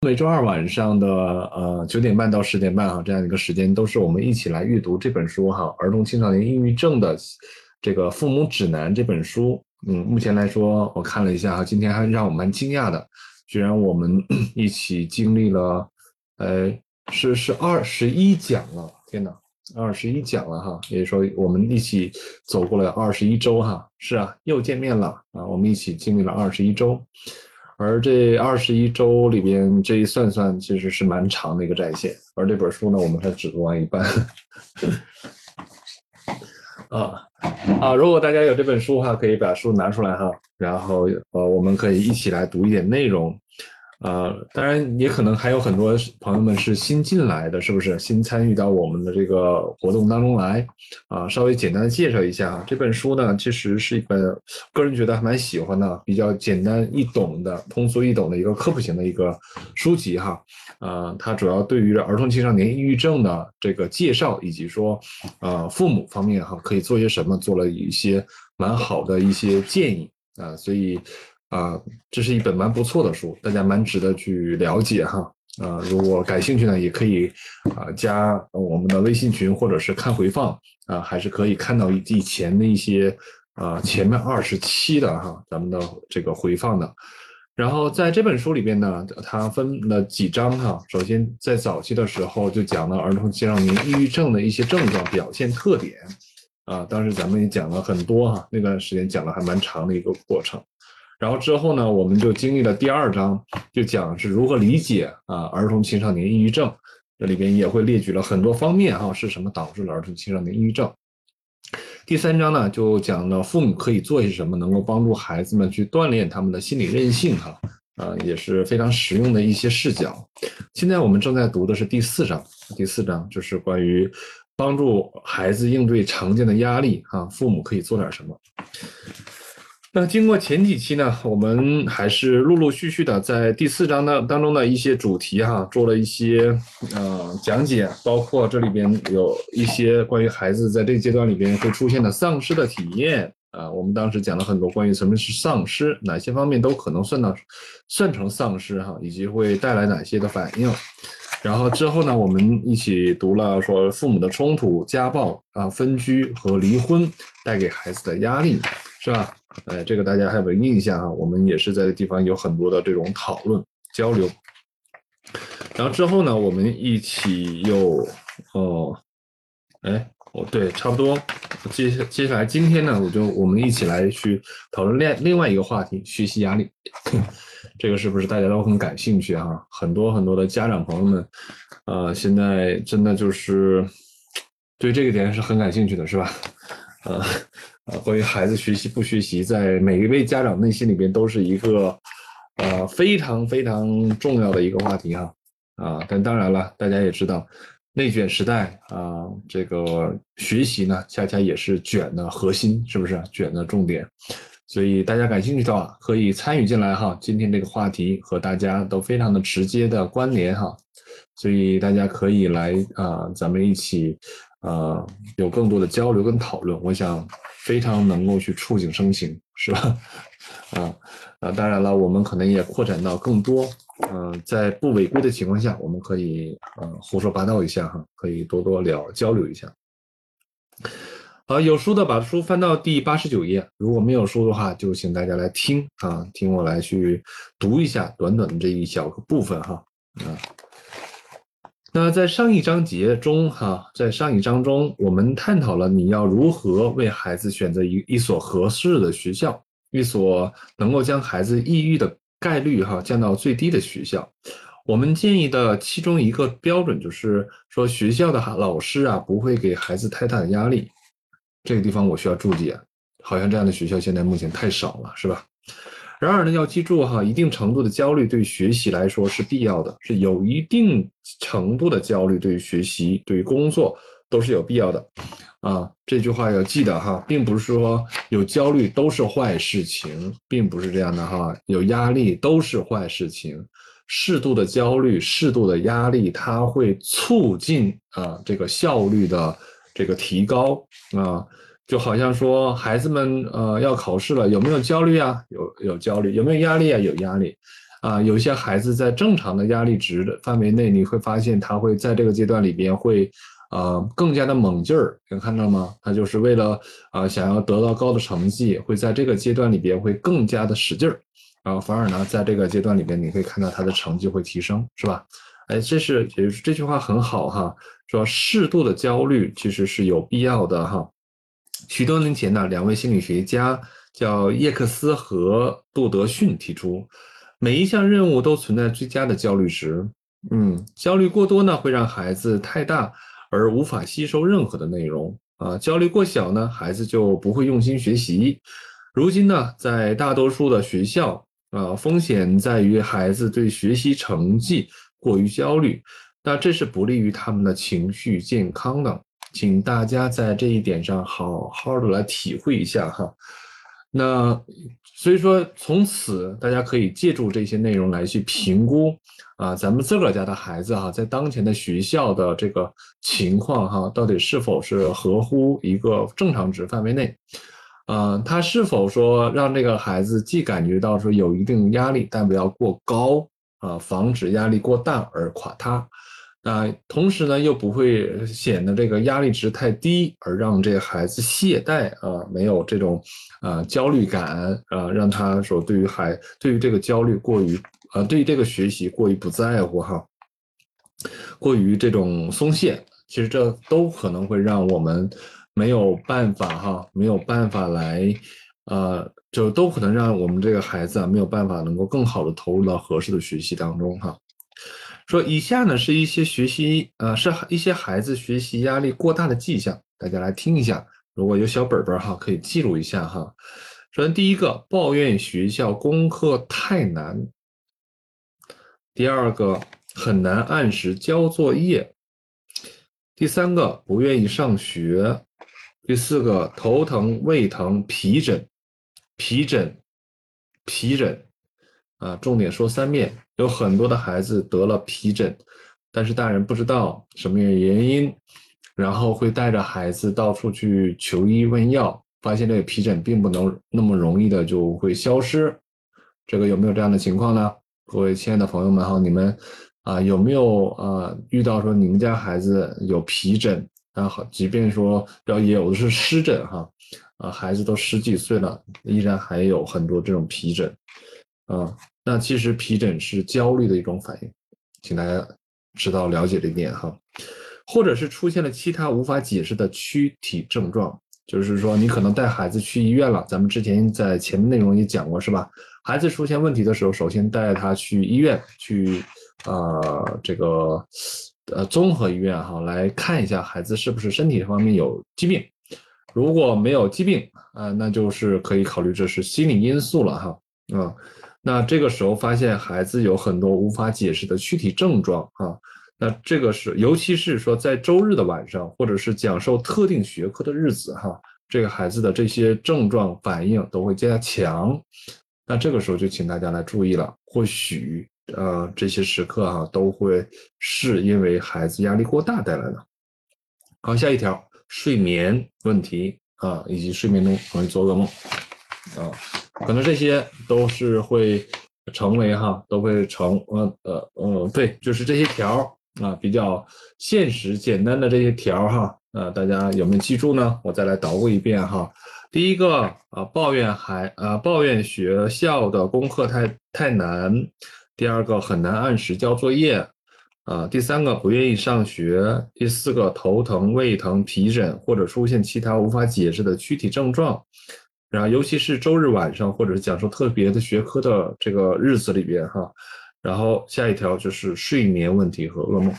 每周二晚上的9点半到10点半这样一个时间，都是我们一起来阅读这本书儿童青少年抑郁症的这个父母指南这本书。目前来说我看了一下今天还让我蛮惊讶的，居然我们一起经历了，是21讲了，天哪，21讲了也就是说我们一起走过了21周是啊，又见面了我们一起经历了21周。而这21周里边，这一算算，其实是蛮长的一个战线。而这本书呢，我们还只读完一半。如果大家有这本书可以把书拿出来然后我们可以一起来读一点内容。当然也可能还有很多朋友们是新进来的，是不是？新参与到我们的这个活动当中来稍微简单的介绍一下这本书呢，其实是一本个人觉得还蛮喜欢的，比较简单易懂的、通俗易懂的一个科普型的一个书籍它主要对于儿童青少年抑郁症的这个介绍，以及说父母方面可以做些什么，做了一些蛮好的一些建议所以这是一本蛮不错的书，大家蛮值得去了解如果感兴趣呢，也可以加我们的微信群，或者是看回放还是可以看到以前的一些前面27的咱们的这个回放的。然后在这本书里边呢，它分了几章首先在早期的时候就讲了儿童青少年抑郁症的一些症状、表现特点当时咱们也讲了很多那段时间讲了还蛮长的一个过程。然后之后呢，我们就经历了第2章，就讲是如何理解儿童青少年抑郁症，这里边也会列举了很多方面是什么导致了儿童青少年抑郁症。第3章呢，就讲了父母可以做些什么，能够帮助孩子们去锻炼他们的心理韧性也是非常实用的一些视角。现在我们正在读的是第4章，第4章就是关于帮助孩子应对常见的压力父母可以做点什么。那经过前几期呢，我们还是陆陆续续的在第4章当中的一些主题做了一些讲解，包括这里边有一些关于孩子在这个阶段里边会出现的丧失的体验我们当时讲了很多关于什么是丧失，哪些方面都可能算成丧失以及会带来哪些的反应。然后之后呢，我们一起读了说父母的冲突、家暴分居和离婚带给孩子的压力，是吧？这个大家还有印象我们也是在这地方有很多的这种讨论交流。然后之后呢，我们一起又对，差不多。接下来今天呢，我们一起来去讨论另外一个话题，学习压力。这个是不是大家都很感兴趣很多很多的家长朋友们现在真的就是对这个点是很感兴趣的，是吧？关于孩子学习不学习，在每一位家长内心里边都是一个非常非常重要的一个话题但当然了，大家也知道内卷时代这个学习呢恰恰也是卷的核心，是不是卷的重点？所以大家感兴趣的话可以参与进来今天这个话题和大家都非常的直接的关联所以大家可以来咱们一起有更多的交流跟讨论，我想非常能够去触景生情，是吧？当然了，我们可能也扩展到更多在不违规的情况下，我们可以胡说八道一下可以多多交流一下。有书的把书翻到第89页，如果没有书的话，就请大家来听听我来去读一下短短的这一小个部分那在上一章节中在上一章中我们探讨了你要如何为孩子选择一所合适的学校，一所能够将孩子抑郁的概率降到最低的学校。我们建议的其中一个标准就是说，学校的老师不会给孩子太大的压力。这个地方我需要注意好像这样的学校现在目前太少了，是吧？然而呢，要记住一定程度的焦虑对学习来说是必要的，是有一定程度的焦虑对于学习、对于工作都是有必要的这句话要记得并不是说有焦虑都是坏事情，并不是这样的有压力都是坏事情。适度的焦虑、适度的压力，它会促进这个效率的这个提高就好像说孩子们要考试了，有没有焦虑有焦虑，有没有压力有压力有一些孩子在正常的压力值的范围内，你会发现他会在这个阶段里边会更加的猛劲儿，能看到吗？他就是为了想要得到高的成绩，会在这个阶段里边会更加的使劲儿，然后反而呢，在这个阶段里边，你会看到他的成绩会提升，是吧？哎，也就是这句话很好哈，说适度的焦虑其实是有必要的哈。许多年前呢，两位心理学家叫叶克斯和杜德逊提出，每一项任务都存在最佳的焦虑值。焦虑过多呢，会让孩子太大而无法吸收任何的内容焦虑过小呢，孩子就不会用心学习。如今呢，在大多数的学校风险在于孩子对学习成绩过于焦虑，那这是不利于他们的情绪健康的。请大家在这一点上好好的来体会一下哈。那所以说，从此大家可以借助这些内容来去评估咱们自个儿家的孩子在当前的学校的这个情况到底是否是合乎一个正常值范围内。他是否说让这个孩子既感觉到说有一定压力，但不要过高防止压力过大而垮塌。同时呢，又不会显得这个压力值太低，而让这个孩子懈怠没有这种焦虑感让他说对于这个焦虑过于对于这个学习过于不在乎过于这种松懈，其实这都可能会让我们没有办法没有办法来就都可能让我们这个孩子没有办法能够更好的投入到合适的学习当中说以下呢是一些是一些孩子学习压力过大的迹象，大家来听一下。如果有小本本可以记录一下首先第一个，抱怨学校功课太难；第二个，很难按时交作业；第三个，不愿意上学；第四个，头疼、胃疼、皮疹、皮疹、皮疹。重点说3遍，有很多的孩子得了皮疹，但是大人不知道什么原因，然后会带着孩子到处去求医问药，发现这个皮疹并不能那么容易的就会消失。这个有没有这样的情况呢？各位亲爱的朋友们你们有没有遇到说你们家孩子有皮疹即便说也有的是湿疹孩子都10几岁了，依然还有很多这种皮疹那其实皮疹是焦虑的一种反应，请大家知道了解这点或者是出现了其他无法解释的躯体症状，就是说你可能带孩子去医院了，咱们之前在前面内容也讲过是吧？孩子出现问题的时候，首先带他去医院去这个综合医院来看一下孩子是不是身体方面有疾病。如果没有疾病那就是可以考虑这是心理因素了那这个时候发现孩子有很多无法解释的躯体症状那这个是尤其是说在周日的晚上，或者是讲授特定学科的日子这个孩子的这些症状反应都会加强。那这个时候就请大家来注意了，或许这些时刻都会是因为孩子压力过大带来的。好，下一条，睡眠问题以及睡眠中容易做噩梦可能这些都是会成为都会对，就是这些条比较现实简单的这些条大家有没有记住呢？我再来捣鼓一遍第一个抱怨学校的功课太难；第二个很难按时交作业；第三个不愿意上学；第四个头疼、胃疼、皮疹或者出现其他无法解释的躯体症状。然后尤其是周日晚上或者是讲授特别的学科的这个日子里边然后下一条就是睡眠问题和噩梦。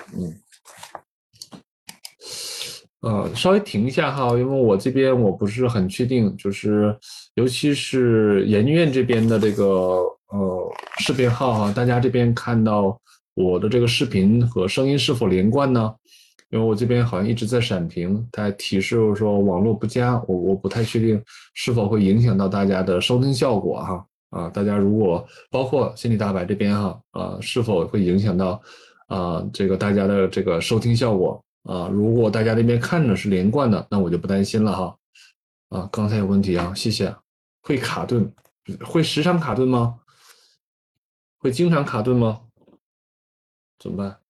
稍微停一下因为我这边我不是很确定，就是尤其是研究院这边的这个视频号大家这边看到我的这个视频和声音是否连贯呢？因为我这边好像一直在闪屏，它提示说网络不佳，我不太确定是否会影响到大家的收听效果大家如果包括心理大白这边是否会影响到这个大家的这个收听效果如果大家那边看着是连贯的，那我就不担心了刚才有问题谢谢。会卡顿，会时常卡顿吗？ 会经常卡顿吗？怎么办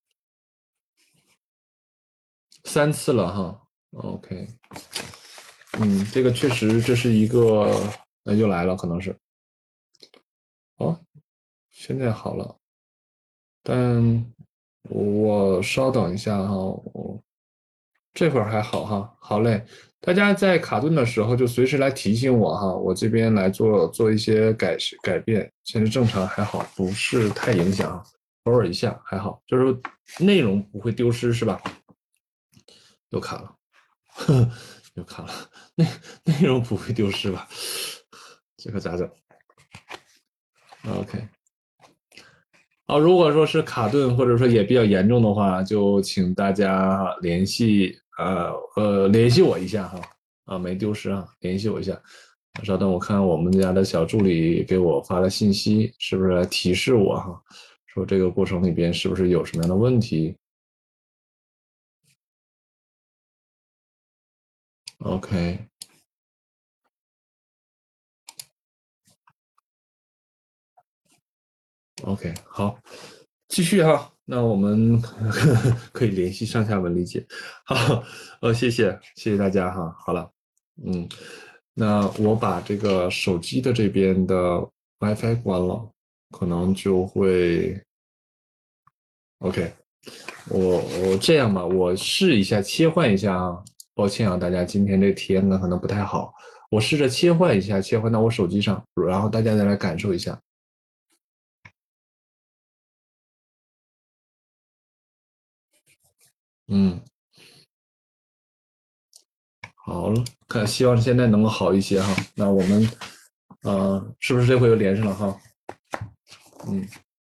？3次了哈。OK，这个确实这是一个，又来了，可能是。哦，现在好了，但我稍等一下哈，这会儿还好哈。好嘞，大家在卡顿的时候就随时来提醒我哈，我这边来做一些改变。现在正常还好，不是太影响，偶尔一下还好，就是内容不会丢失是吧？又卡了，又卡了，内容不会丢失吧？这可咋整？OK。好，如果说是卡顿或者说也比较严重的话，就请大家联系我一下哈，没丢失啊，联系我一下。稍等，我看我们家的小助理给我发了信息，是不是来提示我哈，说这个过程里边是不是有什么样的问题？OK OK，好，继续哈，那我们可以联系上下文理解。好，谢谢大家哈。好了，嗯，那我把这个手机的这边的 WiFi 关了，可能就会 OK。我这样吧，我试一下切换一下啊。抱歉啊，大家今天这体验感可能不太好，我试着切换一下，切换到我手机上，然后大家再来感受一下。嗯。好了，希望现在能够好一些哈。那我们，是不是这回又连上了哈？嗯，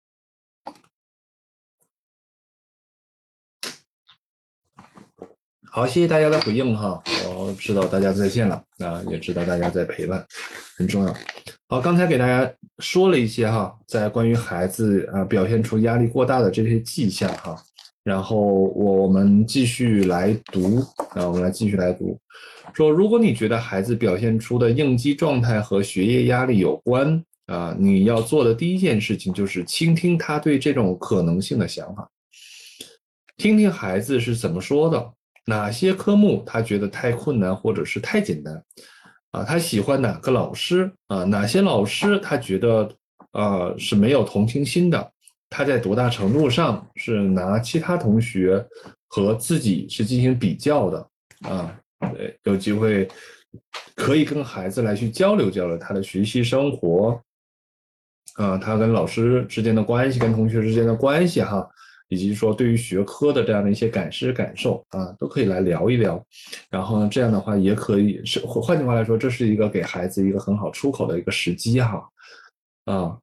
好，谢谢大家的回应哈。我知道大家在线了，也知道大家在陪伴，很重要。好，刚才给大家说了一些哈，在关于孩子表现出压力过大的这些迹象哈。然后我们继续来读，我们继续来读。说，如果你觉得孩子表现出的应激状态和学业压力有关你要做的第一件事情就是倾听他对这种可能性的想法，听听孩子是怎么说的，哪些科目他觉得太困难或者是太简单他喜欢哪个老师哪些老师他觉得是没有同情心的，他在多大程度上是拿其他同学和自己是进行比较的对，有机会可以跟孩子来去交流交流他的学习生活他跟老师之间的关系，跟同学之间的关系哈，以及说对于学科的这样的一些感受都可以来聊一聊。然后呢，这样的话也可以是，换句话来说，这是一个给孩子一个很好出口的一个时机哈。啊，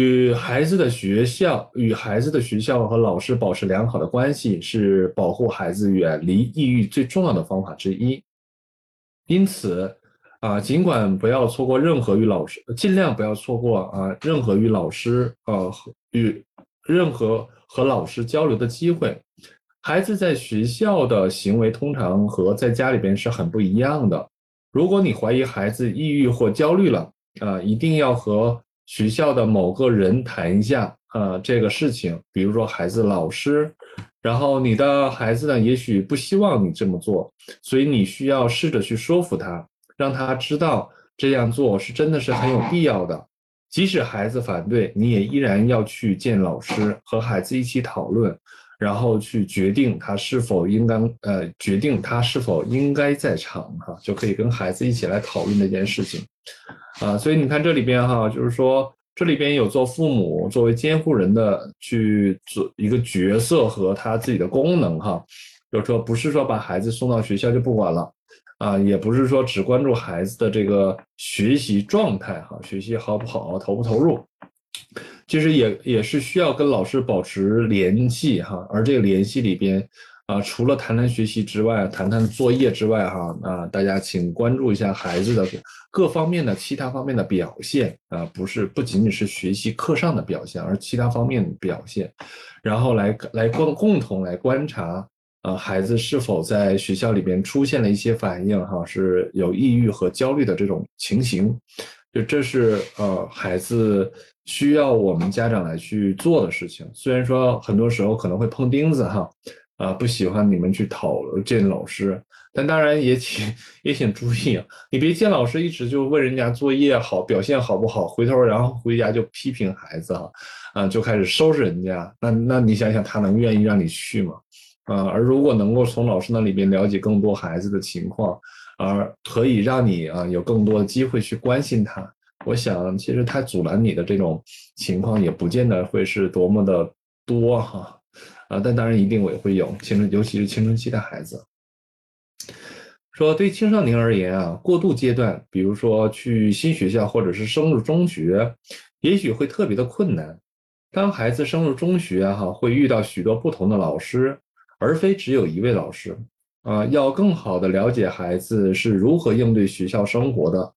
与孩子的学校和老师保持良好的关系，是保护孩子远离抑郁最重要的方法之一。因此，尽管不要错过任何与老师，尽量不要错过任何与老师与任何和老师交流的机会。孩子在学校的行为通常和在家里边是很不一样的。如果你怀疑孩子抑郁或焦虑了，一定要和学校的某个人谈一下这个事情，比如说孩子老师，然后你的孩子呢，也许不希望你这么做，所以你需要试着去说服他，让他知道这样做是真的是很有必要的。即使孩子反对，你也依然要去见老师，和孩子一起讨论，然后去决定他是否应该在场就可以跟孩子一起来讨论这件事情所以你看这里边就是说这里边有做父母作为监护人的去做一个角色和他自己的功能就是说不是说把孩子送到学校就不管了也不是说只关注孩子的这个学习状态学习好不好，投不投入，其实也是需要跟老师保持联系而这个联系里边除了谈谈学习之外，谈谈作业之外大家请关注一下孩子的各方面的其他方面的表现不仅仅是学习课上的表现，而其他方面的表现，然后来共同来观察孩子是否在学校里边出现了一些反应是有抑郁和焦虑的这种情形，这是孩子需要我们家长来去做的事情。虽然说很多时候可能会碰钉子哈，不喜欢你们去见老师，但当然也请注意啊，你别见老师一直就问人家作业好，表现好不好，回头然后回家就批评孩子哈，就开始收拾人家，那你想想他能愿意让你去吗？而如果能够从老师那里边了解更多孩子的情况，而可以让你有更多的机会去关心他，我想其实他阻拦你的这种情况也不见得会是多么的多哈，但当然一定也会有尤其是青春期的孩子。说对青少年而言过渡阶段，比如说去新学校或者是升入中学，也许会特别的困难。当孩子升入中学会遇到许多不同的老师，而非只有一位老师。要更好的了解孩子是如何应对学校生活的，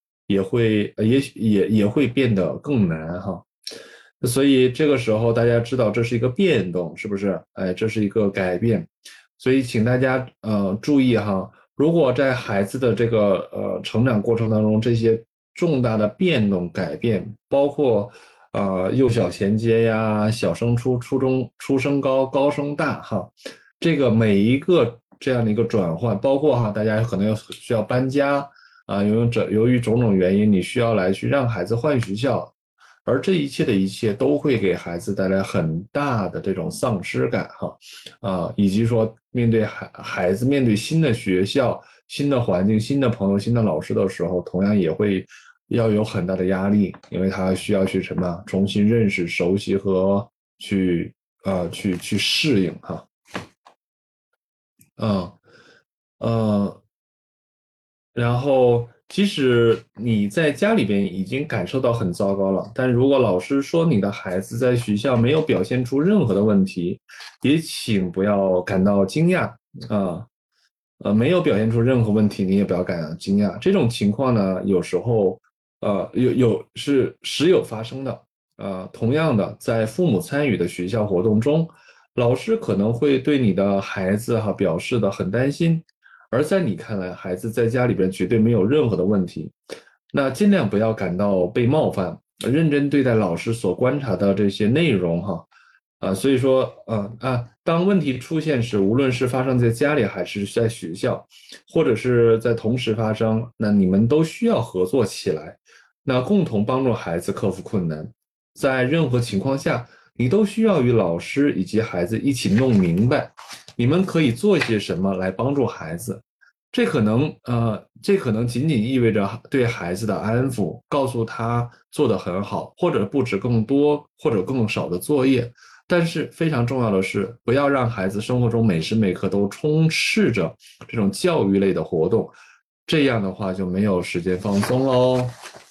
也会变得更难哈。所以这个时候大家知道这是一个变动，是不是？哎，这是一个改变，所以请大家注意哈，如果在孩子的这个成长过程当中，这些重大的变动改变，包括幼小衔接呀、小升初、初中、初升高、高升大哈，这个每一个这样的一个转换，包括大家可能需要搬家由于种种原因，你需要来去让孩子换学校，而这一切的一切都会给孩子带来很大的这种丧失感以及说面对孩子面对新的学校、新的环境、新的朋友、新的老师的时候，同样也会要有很大的压力，因为他需要去什么重新认识、熟悉和去适应哈。嗯然后即使你在家里边已经感受到很糟糕了，但如果老师说你的孩子在学校没有表现出任何的问题，也请不要感到惊讶啊。没有表现出任何问题，你也不要感到惊讶。这种情况呢，有时候是时有发生的。同样的，在父母参与的学校活动中，老师可能会对你的孩子表示的很担心，而在你看来，孩子在家里边绝对没有任何的问题。那尽量不要感到被冒犯，认真对待老师所观察的这些内容所以说当问题出现时，无论是发生在家里还是在学校，或者是在同时发生，那你们都需要合作起来，那共同帮助孩子克服困难。在任何情况下，你都需要与老师以及孩子一起弄明白，你们可以做些什么来帮助孩子。这可能仅仅意味着对孩子的安抚，告诉他做得很好，或者布置更多或者更少的作业。但是非常重要的是，不要让孩子生活中每时每刻都充斥着这种教育类的活动，这样的话就没有时间放松喽。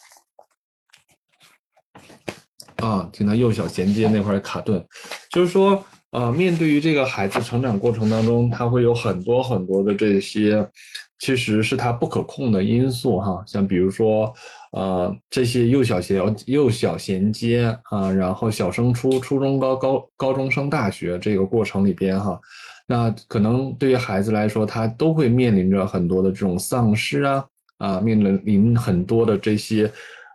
听到幼小衔接那块卡顿，就是说面对于这个孩子成长过程当中，他会有很多很多的这些，其实是他不可控的因素像比如说这些幼小衔接然后小升初、初中高中升大学这个过程里边那可能对于孩子来说，他都会面临着很多的这种丧失面临很多的这些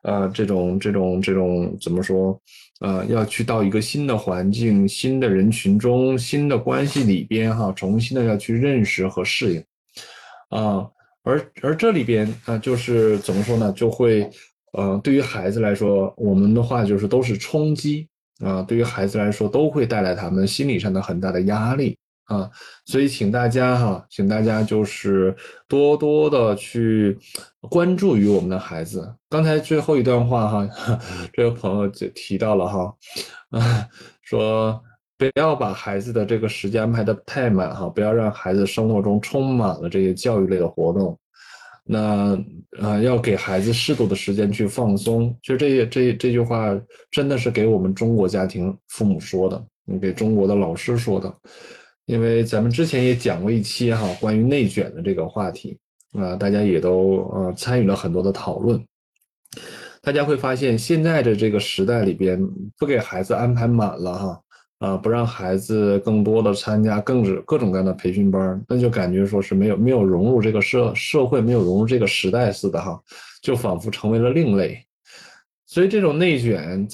这种怎么说？要去到一个新的环境、新的人群中、新的关系里边重新的要去认识和适应而这里边就是怎么说呢？就会对于孩子来说，我们的话就是都是冲击对于孩子来说都会带来他们心理上的很大的压力所以请大家就是多多的去关注于我们的孩子。刚才最后一段话这个朋友就提到了说不要把孩子的这个时间安排的太满不要让孩子生活中充满了这些教育类的活动。那要给孩子适度的时间去放松。其实这句话真的是给我们中国家庭父母说的，给中国的老师说的。因为咱们之前也讲过一期关于内卷的这个话题大家也都参与了很多的讨论。大家会发现现在的这个时代里边，不给孩子安排满了不让孩子更多的参加各种各样的培训班，那就感觉说是没有融入这个社会，没有融入这个时代似的就仿佛成为了另类。 所以这种内卷，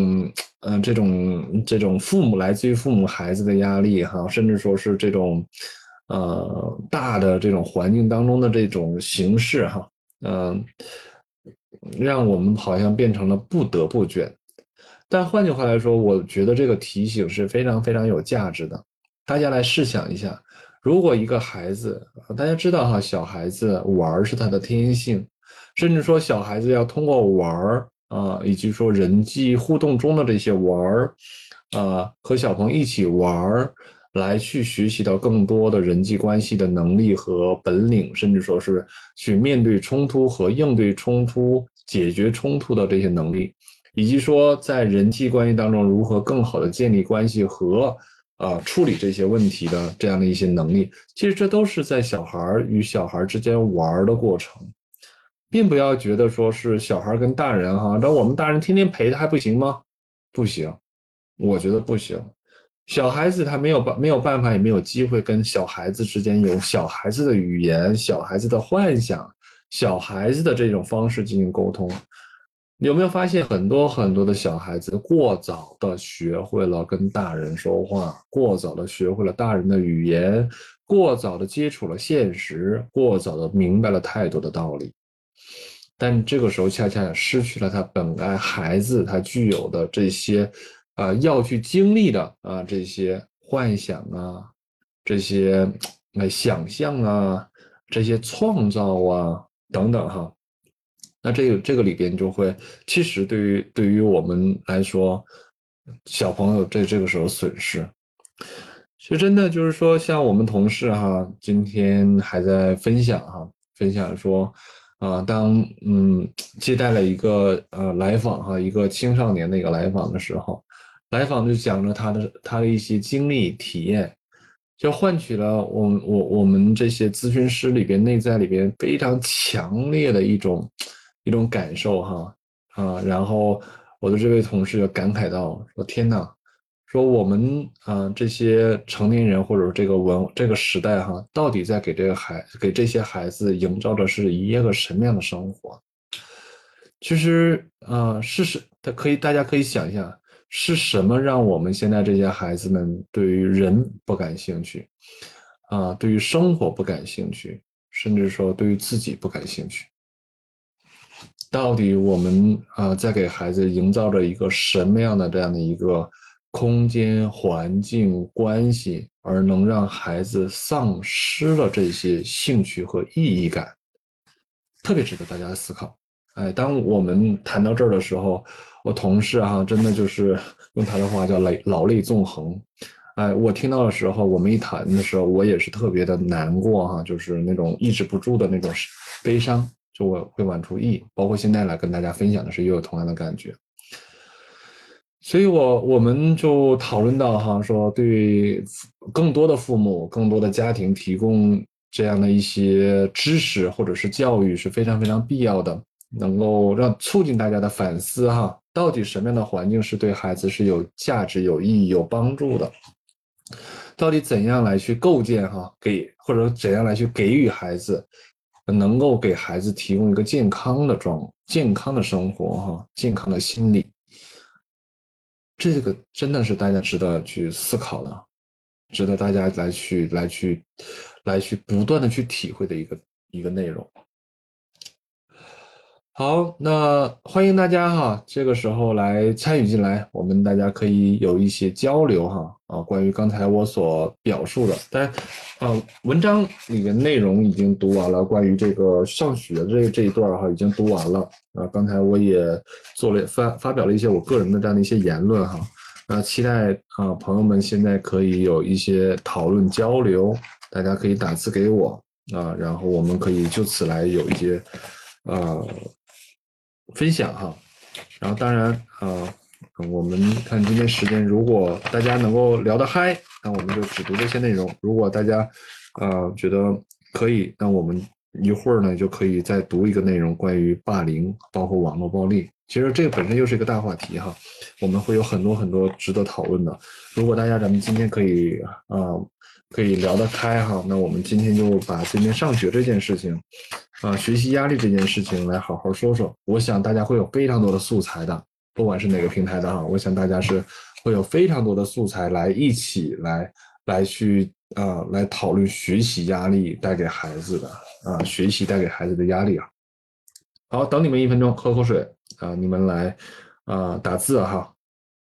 这种父母来自于父母孩子的压力哈，甚至说是这种大的这种环境当中的这种形式哈，让我们好像变成了不得不卷。但换句话来说，我觉得这个提醒是非常非常有价值的。大家来试想一下，如果一个孩子，大家知道哈，小孩子玩是他的天性，甚至说小孩子要通过玩以及说人际互动中的这些玩和小朋友一起玩来去学习到更多的人际关系的能力和本领，甚至说是去面对冲突和应对冲突、解决冲突的这些能力，以及说在人际关系当中如何更好的建立关系和处理这些问题的这样的一些能力，其实这都是在小孩与小孩之间玩的过程，并不要觉得说是小孩跟大人哈，那我们大人天天陪他还不行吗？不行，我觉得不行。小孩子他没有办法，也没有机会跟小孩子之间有小孩子的语言、小孩子的幻想、小孩子的这种方式进行沟通。你有没有发现很多很多的小孩子过早的学会了跟大人说话，过早的学会了大人的语言，过早的接触了现实，过早的明白了太多的道理。但这个时候恰恰失去了他本来孩子他具有的这些，要去经历的这些幻想这些想象这些创造等等哈。那这个里边就会，其实对于我们来说，小朋友这个时候损失，其实真的就是说，像我们同事哈，今天还在分享说，当接待了一个来访哈，一个青少年的一个来访的时候，来访就讲了他的一些经历体验，就换取了我们这些咨询师里边内在里边非常强烈的一种感受哈然后我的这位同事就感慨到说：“天呐！”说我们这些成年人或者这个时代哈，到底在给这些孩子营造的是一个什么样的生活？其实大家可以想一下，是什么让我们现在这些孩子们对于人不感兴趣对于生活不感兴趣，甚至说对于自己不感兴趣？到底我们在给孩子营造着一个什么样的这样的一个空间、环境、关系，而能让孩子丧失了这些兴趣和意义感，特别值得大家思考。哎，当我们谈到这儿的时候，我同事真的就是用他的话叫老泪纵横。哎，我听到的时候，我们一谈的时候，我也是特别的难过就是那种抑制不住的那种悲伤，就我会往出溢。包括现在来跟大家分享的是，也有同样的感觉。所以我们就讨论到说对更多的父母、更多的家庭提供这样的一些知识或者是教育是非常非常必要的，能够促进大家的反思到底什么样的环境是对孩子是有价值、有意义、有帮助的？到底怎样来去构建或者怎样来去给予孩子，能够给孩子提供一个健康的生活健康的心理。这个真的是大家值得去思考的，值得大家来去不断的去体会的一个内容。好，那欢迎大家这个时候来参与进来，我们大家可以有一些交流关于刚才我所表述的，但文章里面内容已经读完了，关于这个上学的这一段已经读完了刚才我也发表了一些我个人的这样的一些言论期待朋友们现在可以有一些讨论交流，大家可以打字给我然后我们可以就此来有一些分享然后当然我们看今天时间，如果大家能够聊得嗨，那我们就只读这些内容；如果大家觉得可以，那我们一会儿呢就可以再读一个内容，关于霸凌，包括网络暴力。其实这个本身就是一个大话题哈，我们会有很多很多值得讨论的。如果大家咱们今天可以聊得开哈，那我们今天就把今天上学这件事情，学习压力这件事情来好好说说。我想大家会有非常多的素材的，不管是哪个平台的哈，我想大家是会有非常多的素材来一起来讨论学习压力带给孩子的学习带给孩子的压力啊。好，等你们1分钟，喝口水你们来打字哈。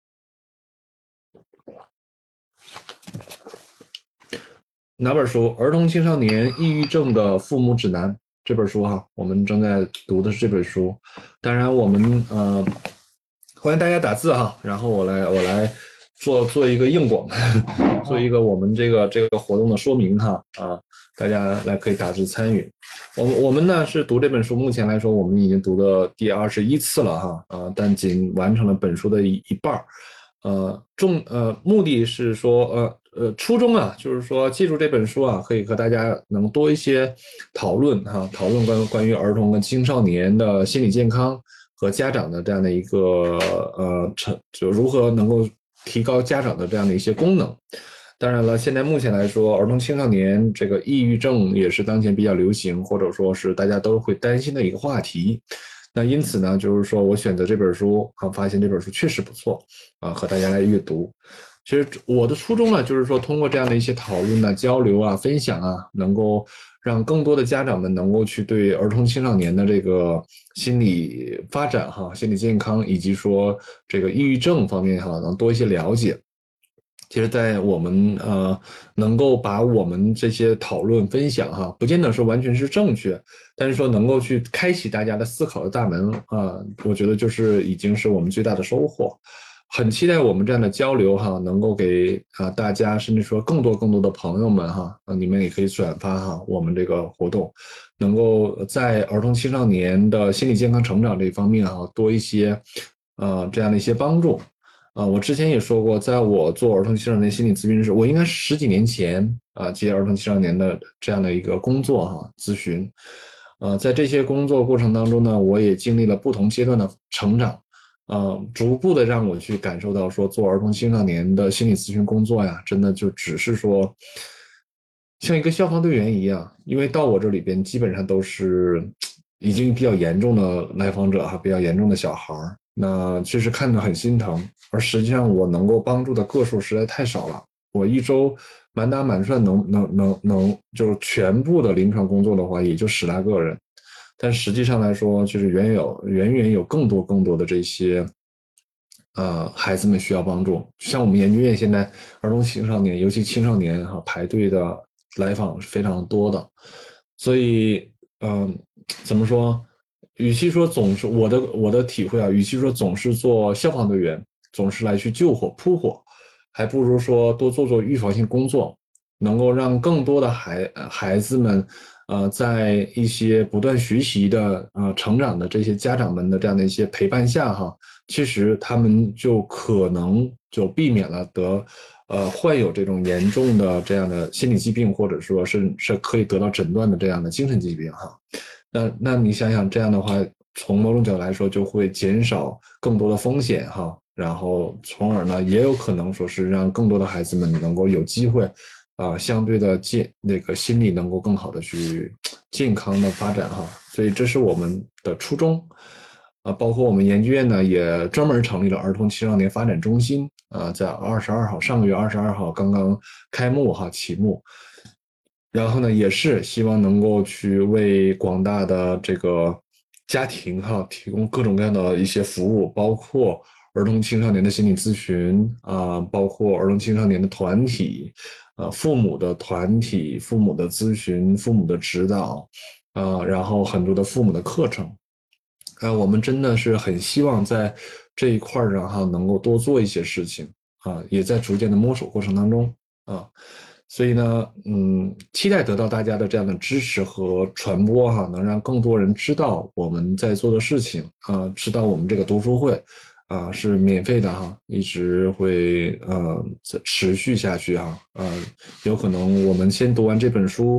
哪本书？《儿童青少年抑郁症的父母指南》这本书哈，我们正在读的是这本书。当然，我们欢迎大家打字哈，然后我来做一个硬广，做一个我们这个活动的说明哈大家可以打字参与。我们呢是读这本书，目前来说我们已经读了第21次了哈但仅完成了本书的一半目的是说初衷就是说借助这本书可以和大家能多一些讨论讨论关于儿童跟青少年的心理健康和家长的这样的一个就如何能够提高家长的这样的一些功能。当然了，现在目前来说，儿童青少年这个抑郁症也是当前比较流行，或者说是大家都会担心的一个话题。那因此呢，就是说我选择这本书发现这本书确实不错和大家来阅读。其实我的初衷呢，就是说通过这样的一些讨论交流分享能够让更多的家长们能够去对儿童青少年的这个心理发展心理健康以及说这个抑郁症方面能多一些了解。其实在我们能够把我们这些讨论分享不见得说完全是正确，但是说能够去开启大家的思考的大门我觉得就是已经是我们最大的收获。很期待我们这样的交流能够给大家甚至说更多的朋友们你们也可以转发我们这个活动，能够在儿童青少年的心理健康成长这方面多一些这样的一些帮助。我之前也说过，在我做儿童青少年心理咨询时，我应该是10几年前接儿童青少年的这样的一个工作咨询。在这些工作过程当中呢，我也经历了不同阶段的成长，逐步的让我去感受到说，做儿童青少年的心理咨询工作真的就只是说像一个消防队员一样，因为到我这里边基本上都是已经比较严重的来访者比较严重的小孩那确实看着很心疼，而实际上我能够帮助的个数实在太少了。我一周满打满算能就是全部的临床工作的话，也就10来个人，但实际上来说，就是远远有更多的这些孩子们需要帮助。像我们研究院现在儿童青少年，尤其青少年排队的来访是非常多的，所以怎么说？与其说总是我的体会与其说总是做消防队员，总是来去救火扑火，还不如说多做预防性工作，能够让更多的孩子们，在一些不断学习的成长的这些家长们的这样的一些陪伴下其实他们就可能就避免了患有这种严重的这样的心理疾病，或者说是可以得到诊断的这样的精神疾病那你想想这样的话，从某种角度来说，就会减少更多的风险然后从而呢，也有可能说是让更多的孩子们能够有机会相对的心理能够更好的去健康的发展所以这是我们的初衷包括我们研究院呢也专门成立了儿童青少年发展中心在上个月22号刚刚开幕启幕。然后呢，也是希望能够去为广大的这个家庭提供各种各样的一些服务，包括儿童青少年的心理咨询包括儿童青少年的团体父母的团体、父母的咨询、父母的指导然后很多的父母的课程我们真的是很希望在这一块上能够多做一些事情也在逐渐的摸索过程当中所以呢，期待得到大家的这样的支持和传播能让更多人知道我们在做的事情知道我们这个读书会是免费的一直会持续下去有可能我们先读完这本书，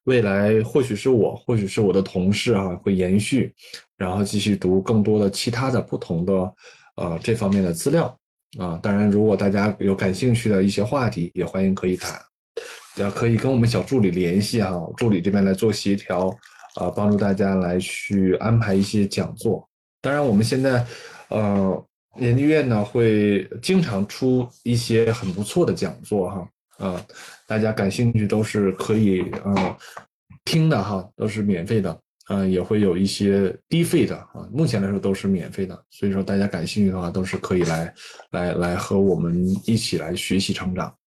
未来或许是我，或许是我的同事会延续，然后继续读更多的其他的不同的这方面的资料当然，如果大家有感兴趣的一些话题，也欢迎可以谈，可以跟我们小助理联系助理这边来做协调帮助大家来去安排一些讲座。当然，我们现在研究院呢会经常出一些很不错的讲座大家感兴趣都是可以听的都是免费的也会有一些低费的目前来说都是免费的，所以说大家感兴趣的话都是可以来和我们一起来学习成长。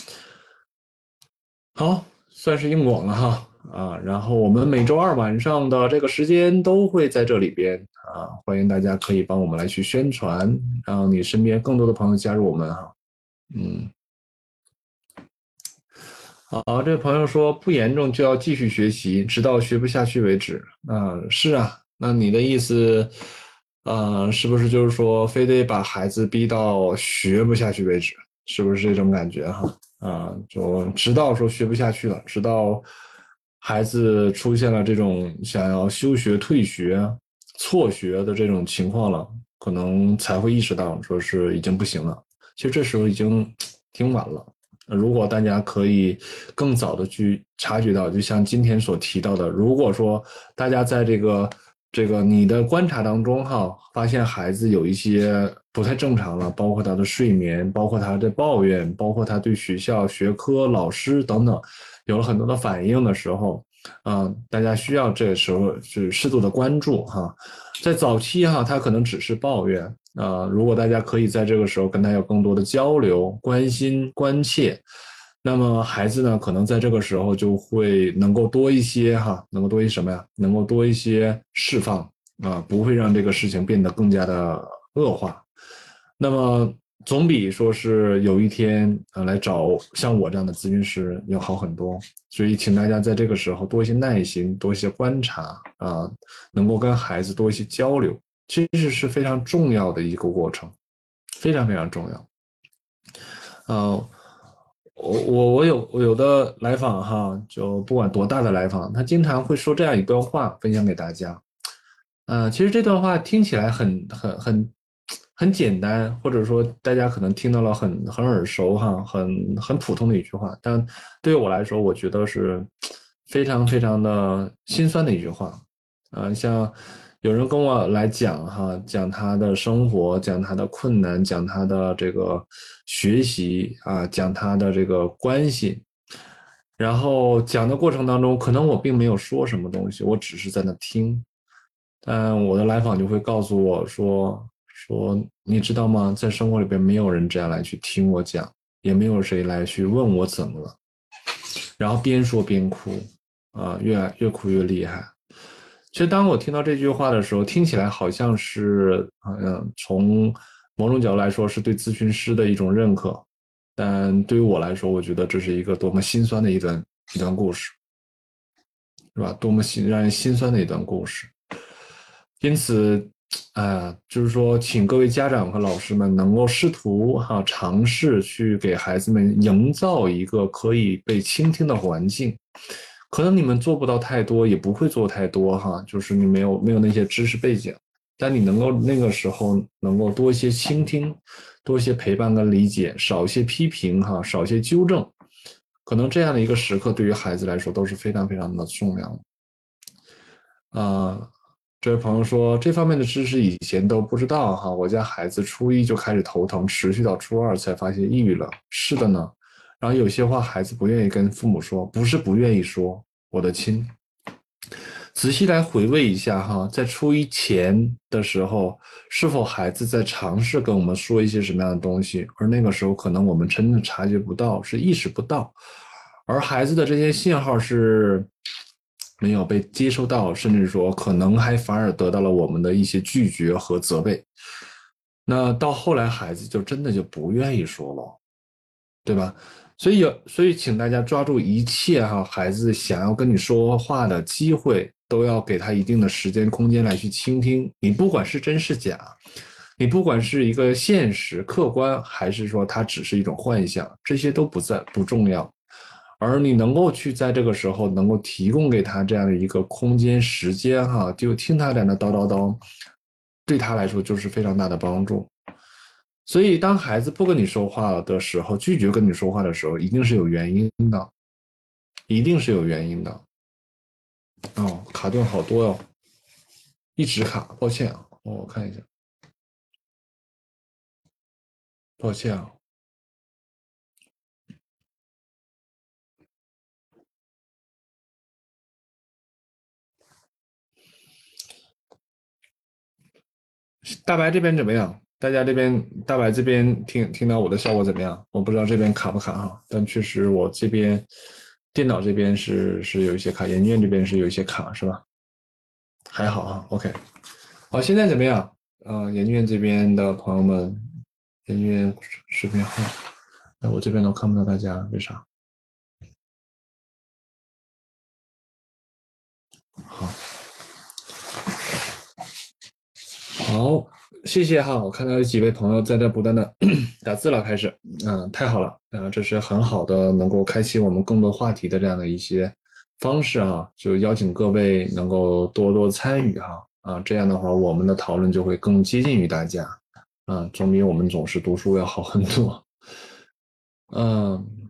好，算是硬广了然后我们每周二晚上的这个时间都会在这里边欢迎大家可以帮我们来去宣传，让你身边更多的朋友加入我们好，这位朋友说不严重就要继续学习，直到学不下去为止。是那你的意思，是不是就是说非得把孩子逼到学不下去为止？是不是这种感觉就直到说学不下去了，直到孩子出现了这种想要休学、退学、辍学的这种情况了，可能才会意识到说是已经不行了。其实这时候已经挺晚了。如果大家可以更早的去察觉到，就像今天所提到的，如果说大家在这个你的观察当中发现孩子有一些不太正常了，包括他的睡眠，包括他的抱怨，包括他对学校、学科、老师等等有了很多的反应的时候，大家需要这个时候是适度的关注在早期他可能只是抱怨。如果大家可以在这个时候跟他有更多的交流、关心、关切，那么孩子呢，可能在这个时候就会能够多一些能够多一些什么呀？能够多一些释放不会让这个事情变得更加的恶化。那么总比说是有一天来找像我这样的咨询师要好很多。所以请大家在这个时候多一些耐心，多一些观察能够跟孩子多一些交流。其实是非常重要的一个过程，非常非常重要。我有的来访就不管多大的来访，他经常会说这样一段话分享给大家。其实这段话听起来很简单，或者说大家可能听到了很耳熟很普通的一句话，但对于我来说，我觉得是非常非常的心酸的一句话。像有人跟我来讲他的生活，讲他的困难，讲他的这个学习讲他的这个关系，然后讲的过程当中，可能我并没有说什么东西，我只是在那听，但我的来访就会告诉我说你知道吗？在生活里边没有人这样来去听我讲，也没有谁来去问我怎么了，然后边说边哭越哭越厉害。其实当我听到这句话的时候，听起来好像是从某种角度来说是对咨询师的一种认可，但对于我来说，我觉得这是一个多么心酸的一段故事，是吧？多么让人心酸的一段故事。因此，就是说，请各位家长和老师们能够试图尝试去给孩子们营造一个可以被倾听的环境。可能你们做不到太多，也不会做太多就是你没有那些知识背景，但你能够那个时候能够多一些倾听，多一些陪伴跟理解，少一些批评少一些纠正，可能这样的一个时刻对于孩子来说都是非常非常的重要的这位朋友说，这方面的知识以前都不知道我家孩子初一就开始头疼，持续到初二才发现抑郁了。是的呢，然后有些话孩子不愿意跟父母说，不是不愿意说，我的亲。仔细来回味一下在初一前的时候，是否孩子在尝试跟我们说一些什么样的东西，而那个时候可能我们真的察觉不到，是意识不到，而孩子的这些信号是没有被接收到，甚至说可能还反而得到了我们的一些拒绝和责备。那到后来孩子就真的就不愿意说了，对吧？所以请大家抓住一切孩子想要跟你说话的机会，都要给他一定的时间空间来去倾听。你不管是真是假，你不管是一个现实客观，还是说它只是一种幻想，这些都不重要。 而你能够去在这个时候能够提供给他这样的一个空间时间哈，就听他在那叨叨叨，对他来说就是非常大的帮助。所以当孩子不跟你说话的时候，拒绝跟你说话的时候，一定是有原因的，一定是有原因的。哦，卡顿好多哟，一直卡，抱歉啊，我看一下，抱歉啊。大白这边怎么样？大家这边大白这边听到我的效果怎么样？我不知道这边卡不卡哈，但确实我这边电脑这边是有一些卡，研究院这边是有一些卡，是吧？还好哈，OK。好，现在怎么样？研究院这边的朋友们，研究院视频号，那我这边都看不到大家，为啥？好，好，谢谢哈，我看到有几位朋友在这不断的打字了，开始，太好了，这是很好的，能够开启我们更多话题的这样的一些方式啊，就邀请各位能够多多参与哈，这样的话我们的讨论就会更接近于大家，总比我们总是读书要好很多，嗯。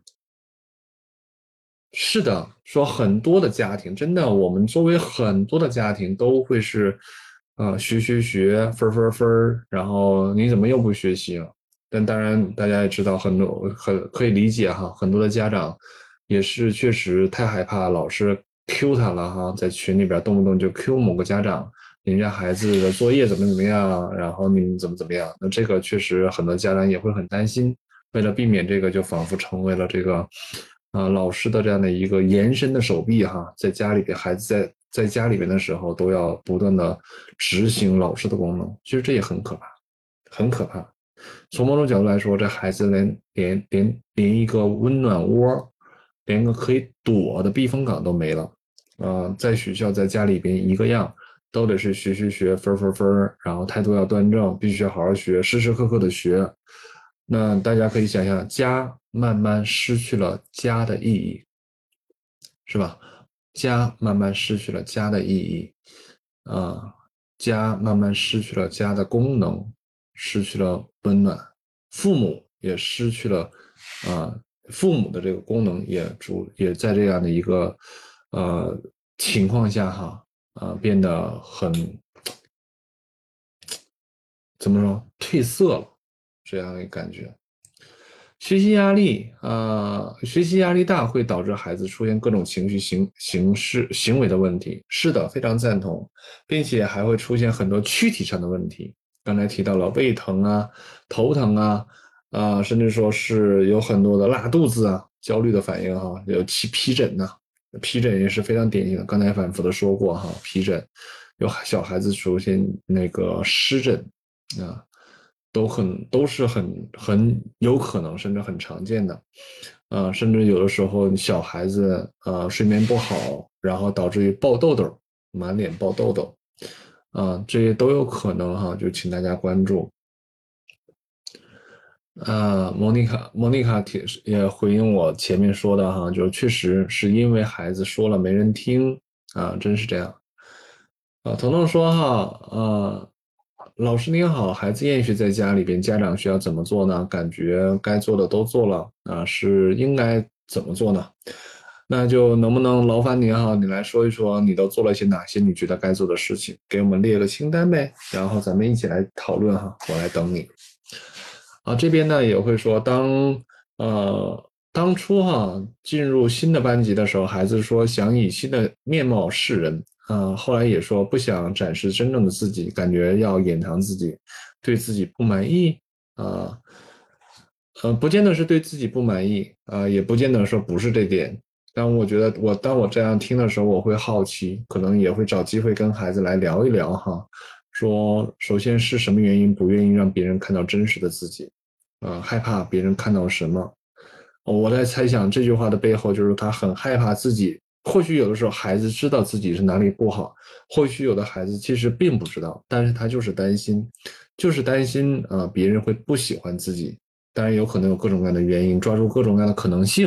是的，说很多的家庭，真的，我们周围很多的家庭都会是，学，分儿分儿分儿，然后你怎么又不学习了？但当然，大家也知道，很可以理解哈，很多的家长也是确实太害怕老师 Q 他了哈，在群里边动不动就 Q 某个家长，人家孩子的作业怎么样，然后你们怎么样？那这个确实很多家长也会很担心。为了避免这个，就仿佛成为了这个，老师的这样的一个延伸的手臂哈，在家里边，孩子在家里边的时候，都要不断的执行老师的功能，其实这也很可怕，很可怕。从某种角度来说，这孩子连一个温暖窝，连个可以躲的避风港都没了，在学校在家里边一个样，都得是学，分分分，然后态度要端正，必须要好好学，时时刻刻的学。那大家可以想象，家慢慢失去了家的意义，是吧？家慢慢失去了家的意义，啊，家慢慢失去了家的功能，失去了温暖，父母也失去了，啊，父母的这个功能也在这样的一个情况下哈，变得很怎么说褪色了，这样的感觉。学习压力大会导致孩子出现各种情绪、形式、行为的问题。是的，非常赞同，并且还会出现很多躯体上的问题。刚才提到了胃疼啊、头疼啊，甚至说是有很多的拉肚子啊、焦虑的反应哈，有皮疹呐、皮疹也是非常典型的。刚才反复的说过哈，皮疹有小孩子出现那个湿疹啊。都是很有可能，甚至很常见的，甚至有的时候小孩子睡眠不好，然后导致于爆痘痘，满脸爆痘痘，这些都有可能哈，就请大家关注。莫妮卡也回应我前面说的哈，就确实是因为孩子说了没人听真是这样。彤彤说哈，老师您好，孩子厌学在家里边，家长需要怎么做呢？感觉该做的都做了，是应该怎么做呢？那就能不能劳烦您哈，你来说一说你都做了些哪些你觉得该做的事情，给我们列个清单呗，然后咱们一起来讨论哈，我来等你。这边呢也会说，当初进入新的班级的时候，孩子说想以新的面貌示人，后来也说不想展示真正的自己，感觉要掩藏自己，对自己不满意，啊、不见得是对自己不满意，也不见得说不是这点。但我觉得当我这样听的时候，我会好奇，可能也会找机会跟孩子来聊一聊哈，说首先是什么原因不愿意让别人看到真实的自己，害怕别人看到什么。我在猜想这句话的背后，就是他很害怕自己。或许有的时候孩子知道自己是哪里不好，或许有的孩子其实并不知道，但是他就是担心，别人会不喜欢自己。当然有可能有各种各样的原因，抓住各种各样的可能性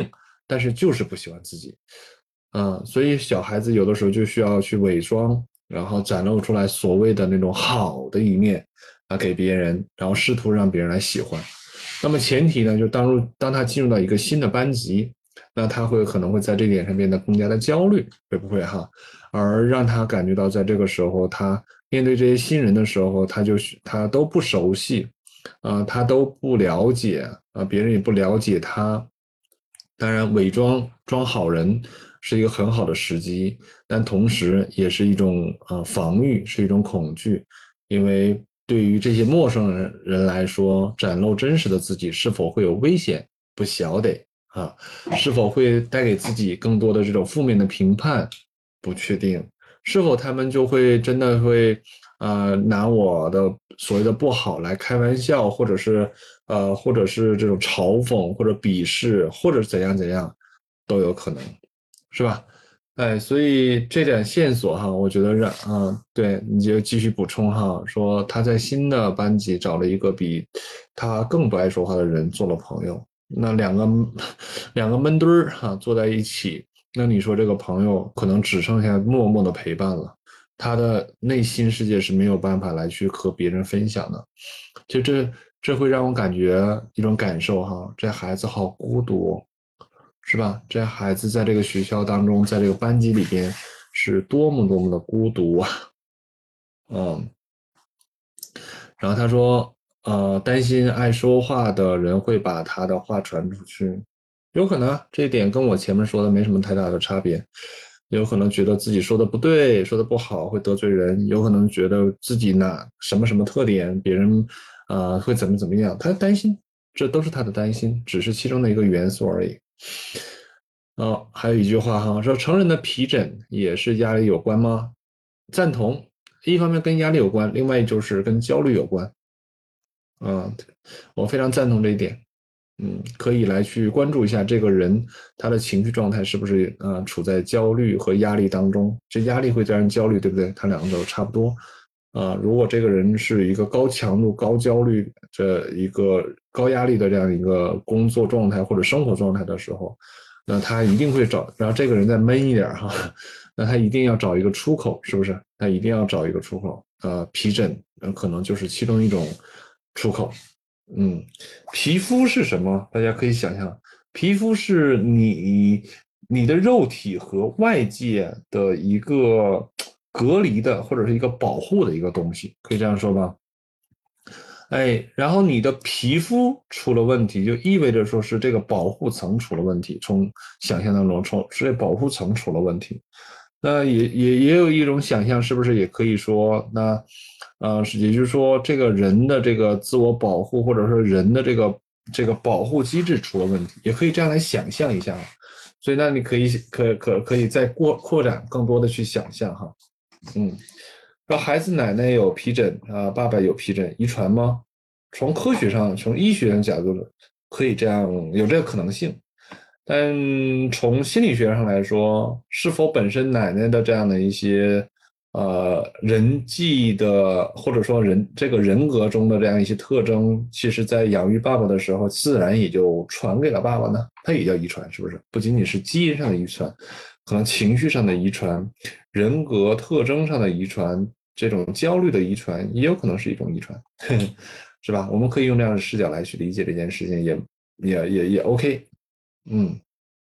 但是就是不喜欢自己。所以小孩子有的时候就需要去伪装，然后展露出来所谓的那种好的一面给别人，然后试图让别人来喜欢。那么前提呢，就当他进入到一个新的班级，那他可能会在这点上变得更加的焦虑，会不会哈？而让他感觉到在这个时候，他面对这些新人的时候，他都不熟悉，他都不了解，别人也不了解他。当然，装好人是一个很好的时机，但同时也是一种防御，是一种恐惧，因为对于这些陌生人来说，展露真实的自己是否会有危险，不晓得是否会带给自己更多的这种负面的评判，不确定，是否他们就会真的会拿我的所谓的不好来开玩笑，或者是这种嘲讽或者鄙视，或者是怎样怎样，都有可能，是吧？所以这点线索哈，我觉得对，你就继续补充哈，说他在新的班级找了一个比他更不爱说话的人做了朋友，那两个闷墩儿坐在一起，那你说这个朋友可能只剩下默默的陪伴了，他的内心世界是没有办法来去和别人分享的，就这会让我感觉一种感受哈，这孩子好孤独哦，是吧？这孩子在这个学校当中，在这个班级里边是多么多么的孤独啊！嗯，然后他说，担心爱说话的人会把他的话传出去，有可能这一点跟我前面说的没什么太大的差别。有可能觉得自己说的不对，说的不好会得罪人，有可能觉得自己哪什么什么特点，别人会怎么样，他担心，这都是他的担心，只是其中的一个元素而已。还有一句话哈，说成人的皮疹也是压力有关吗？赞同，一方面跟压力有关，另外就是跟焦虑有关。啊，我非常赞同这一点。可以来去关注一下这个人他的情绪状态是不是处在焦虑和压力当中。这压力会让人焦虑，对不对？他两个都差不多。如果这个人是一个高强度、高焦虑这一个高压力的这样一个工作状态或者生活状态的时候，那他一定会找，然后这个人再闷一点哈，那他一定要找一个出口，是不是？他一定要找一个出口。皮疹可能就是其中一种出口。嗯，皮肤是什么？大家可以想象，皮肤是你的肉体和外界的一个隔离的，或者是一个保护的一个东西，可以这样说吧？然后你的皮肤出了问题，就意味着说是这个保护层出了问题。从想象当中，是这保护层出了问题。那也有一种想象，是不是也可以说，也就是说，这个人的这个自我保护，或者说人的这个保护机制出了问题，也可以这样来想象一下。所以，那你可以再扩展更多的去想象哈。嗯。说孩子奶奶有皮疹爸爸有皮疹，遗传吗？从科学上，从医学上角度，可以这样有这个可能性。但从心理学上来说，是否本身奶奶的这样的一些人际的，或者说这个人格中的这样一些特征，其实在养育爸爸的时候，自然也就传给了爸爸呢？它也叫遗传，是不是？不仅仅是基因上的遗传，可能情绪上的遗传、人格特征上的遗传，这种焦虑的遗传，也有可能是一种遗传，是吧？我们可以用这样的视角来去理解这件事情，也 OK。嗯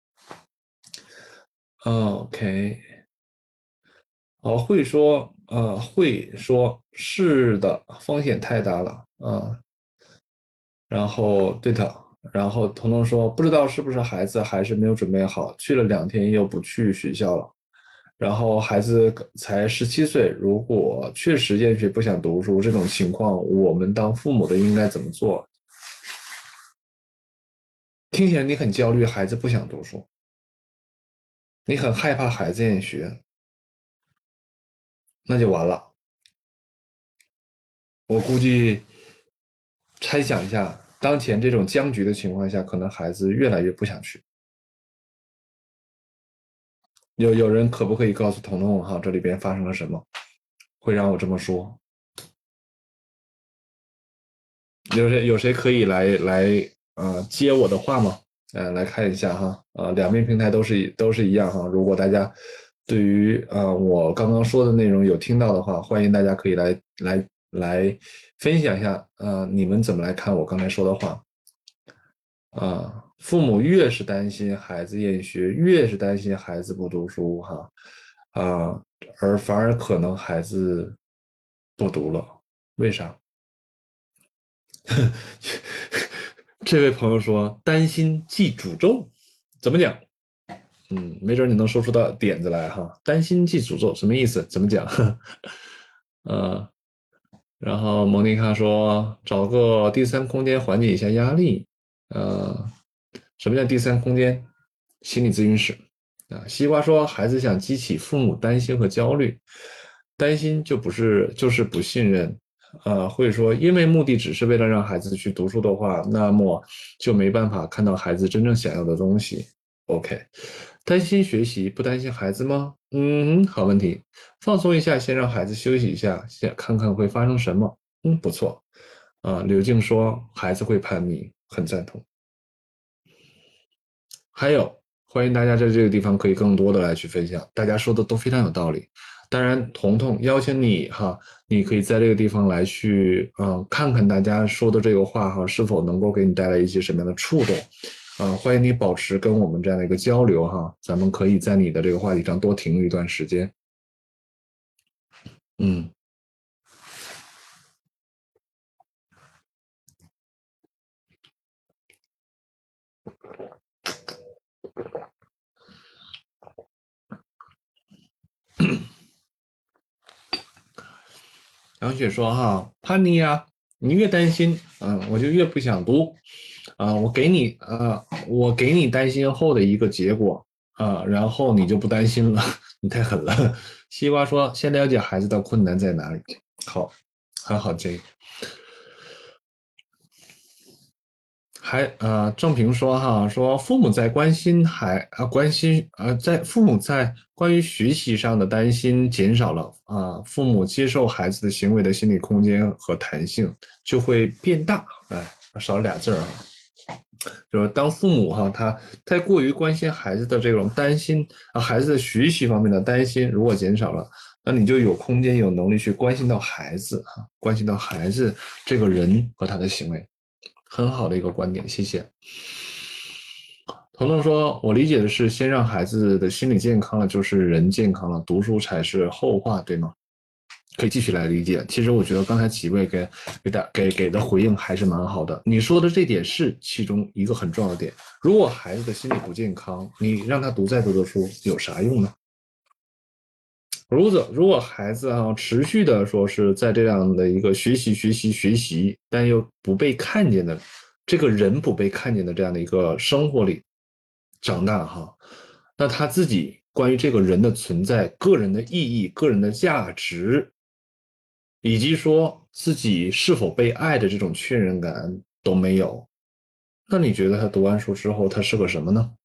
，OK。会说是的，风险太大了然后对的，然后彤彤说不知道是不是孩子还是没有准备好，去了2天又不去学校了。然后孩子才17岁，如果确实厌学不想读书这种情况，我们当父母的应该怎么做？听起来你很焦虑，孩子不想读书，你很害怕孩子厌学，那就完了。我估计猜想一下，当前这种僵局的情况下，可能孩子越来越不想去。有人可不可以告诉彤彤哈，这里边发生了什么，会让我这么说？有谁可以来接我的话吗？ 来看一下哈，两边平台都是一样哈。如果大家对于我刚刚说的内容有听到的话，欢迎大家可以来分享一下，你们怎么来看我刚才说的话父母越是担心孩子厌学，越是担心孩子不读书哈，而反而可能孩子不读了，为啥？这位朋友说担心记诅咒，怎么讲？没准你能说出到点子来哈。担心记诅咒什么意思？怎么讲？呃，然后蒙妮卡说找个第三空间缓解一下压力。呃，什么叫第三空间？心理咨询室。西瓜说孩子想激起父母担心和焦虑，担心就是不信任。或者说因为目的只是为了让孩子去读书的话，那么就没办法看到孩子真正想要的东西。OK，担心学习不担心孩子吗？好问题。放松一下，先让孩子休息一下，先看看会发生什么。不错。刘静说孩子会叛逆，很赞同。还有，欢迎大家在这个地方可以更多的来去分享，大家说的都非常有道理。当然，彤彤邀请你哈，你可以在这个地方来去，看看大家说的这个话哈，是否能够给你带来一些什么样的触动。欢迎你保持跟我们这样的一个交流哈，咱们可以在你的这个话题上多停留一段时间。嗯。杨雪说哈，叛逆呀，你越担心，我就越不想读，我给你担心后的一个结果然后你就不担心了，你太狠了。西瓜说，先了解孩子的困难在哪里。好，很好，这个。郑平说哈，说父母在父母在关于学习上的担心减少了父母接受孩子的行为的心理空间和弹性就会变大，少了俩字啊，就是当父母他太过于关心孩子的这种担心孩子的学习方面的担心如果减少了，那你就有空间有能力去关心到孩子关心到孩子这个人和他的行为。很好的一个观点，谢谢。彤彤说：“我理解的是，先让孩子的心理健康了，就是人健康了，读书才是后话，对吗？”可以继续来理解。其实我觉得刚才几位给的回应还是蛮好的。你说的这点是其中一个很重要的点。如果孩子的心理不健康，你让他读再多的书有啥用呢？如果孩子持续的说是在这样的一个学习，但又不被看见的这个人不被看见的这样的一个生活里长大那他自己关于这个人的存在、个人的意义、个人的价值，以及说自己是否被爱的这种确认感都没有，那你觉得他读完书之后他是个什么呢？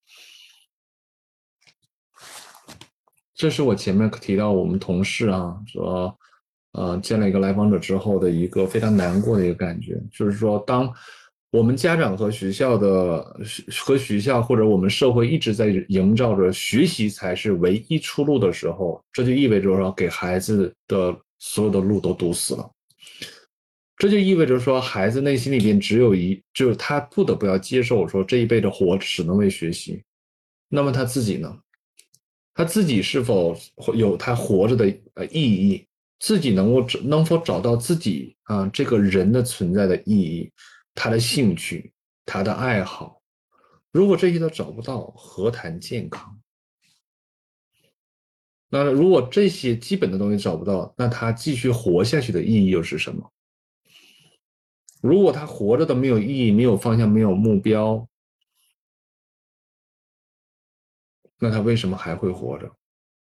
这是我前面提到我们同事说，见了一个来访者之后的一个非常难过的一个感觉，就是说，当我们家长和学校或者我们社会一直在营造着学习才是唯一出路的时候，这就意味着说给孩子的所有的路都堵死了。这就意味着说，孩子内心里边只有他不得不要接受说这一辈子活只能为学习，那么他自己呢？他自己是否有他活着的意义？自己能否找到自己这个人的存在的意义？他的兴趣，他的爱好，如果这些都找不到，何谈健康？那如果这些基本的东西找不到，那他继续活下去的意义又是什么？如果他活着的没有意义、没有方向、没有目标，那他为什么还会活着？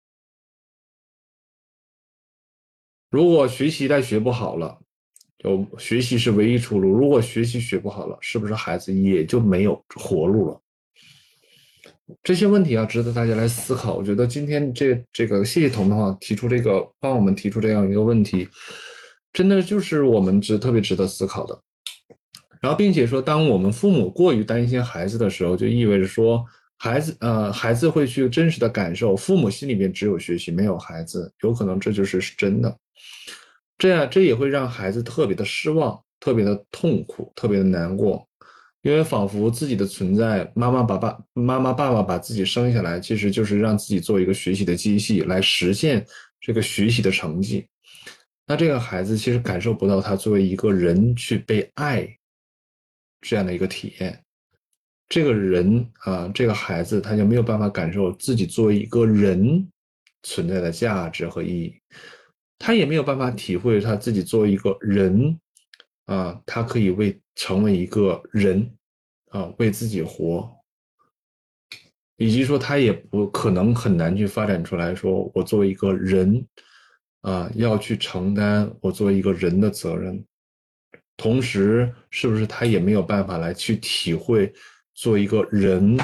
如果学习学不好了，就学习是唯一出路。如果学习学不好了，是不是孩子也就没有活路了？这些问题值得大家来思考。我觉得今天这个谢谢彤彤提出帮我们提出这样一个问题，真的就是我们特别值得思考的。 然后并且说，当我们父母过于担心孩子的时候，就意味着说孩子会去真实的感受，父母心里面只有学习，没有孩子，有可能这就是真的。这也会让孩子特别的失望，特别的痛苦，特别的难过，因为仿佛自己的存在，妈妈爸爸把自己生下来，其实就是让自己做一个学习的机器，来实现这个学习的成绩。那这个孩子其实感受不到他作为一个人去被爱这样的一个体验。这个人这个孩子他就没有办法感受自己作为一个人存在的价值和意义，他也没有办法体会他自己作为一个人他可以成为一个人为自己活，以及说他也不可能很难去发展出来说，我作为一个人要去承担我作为一个人的责任。同时，是不是他也没有办法来去体会做一个人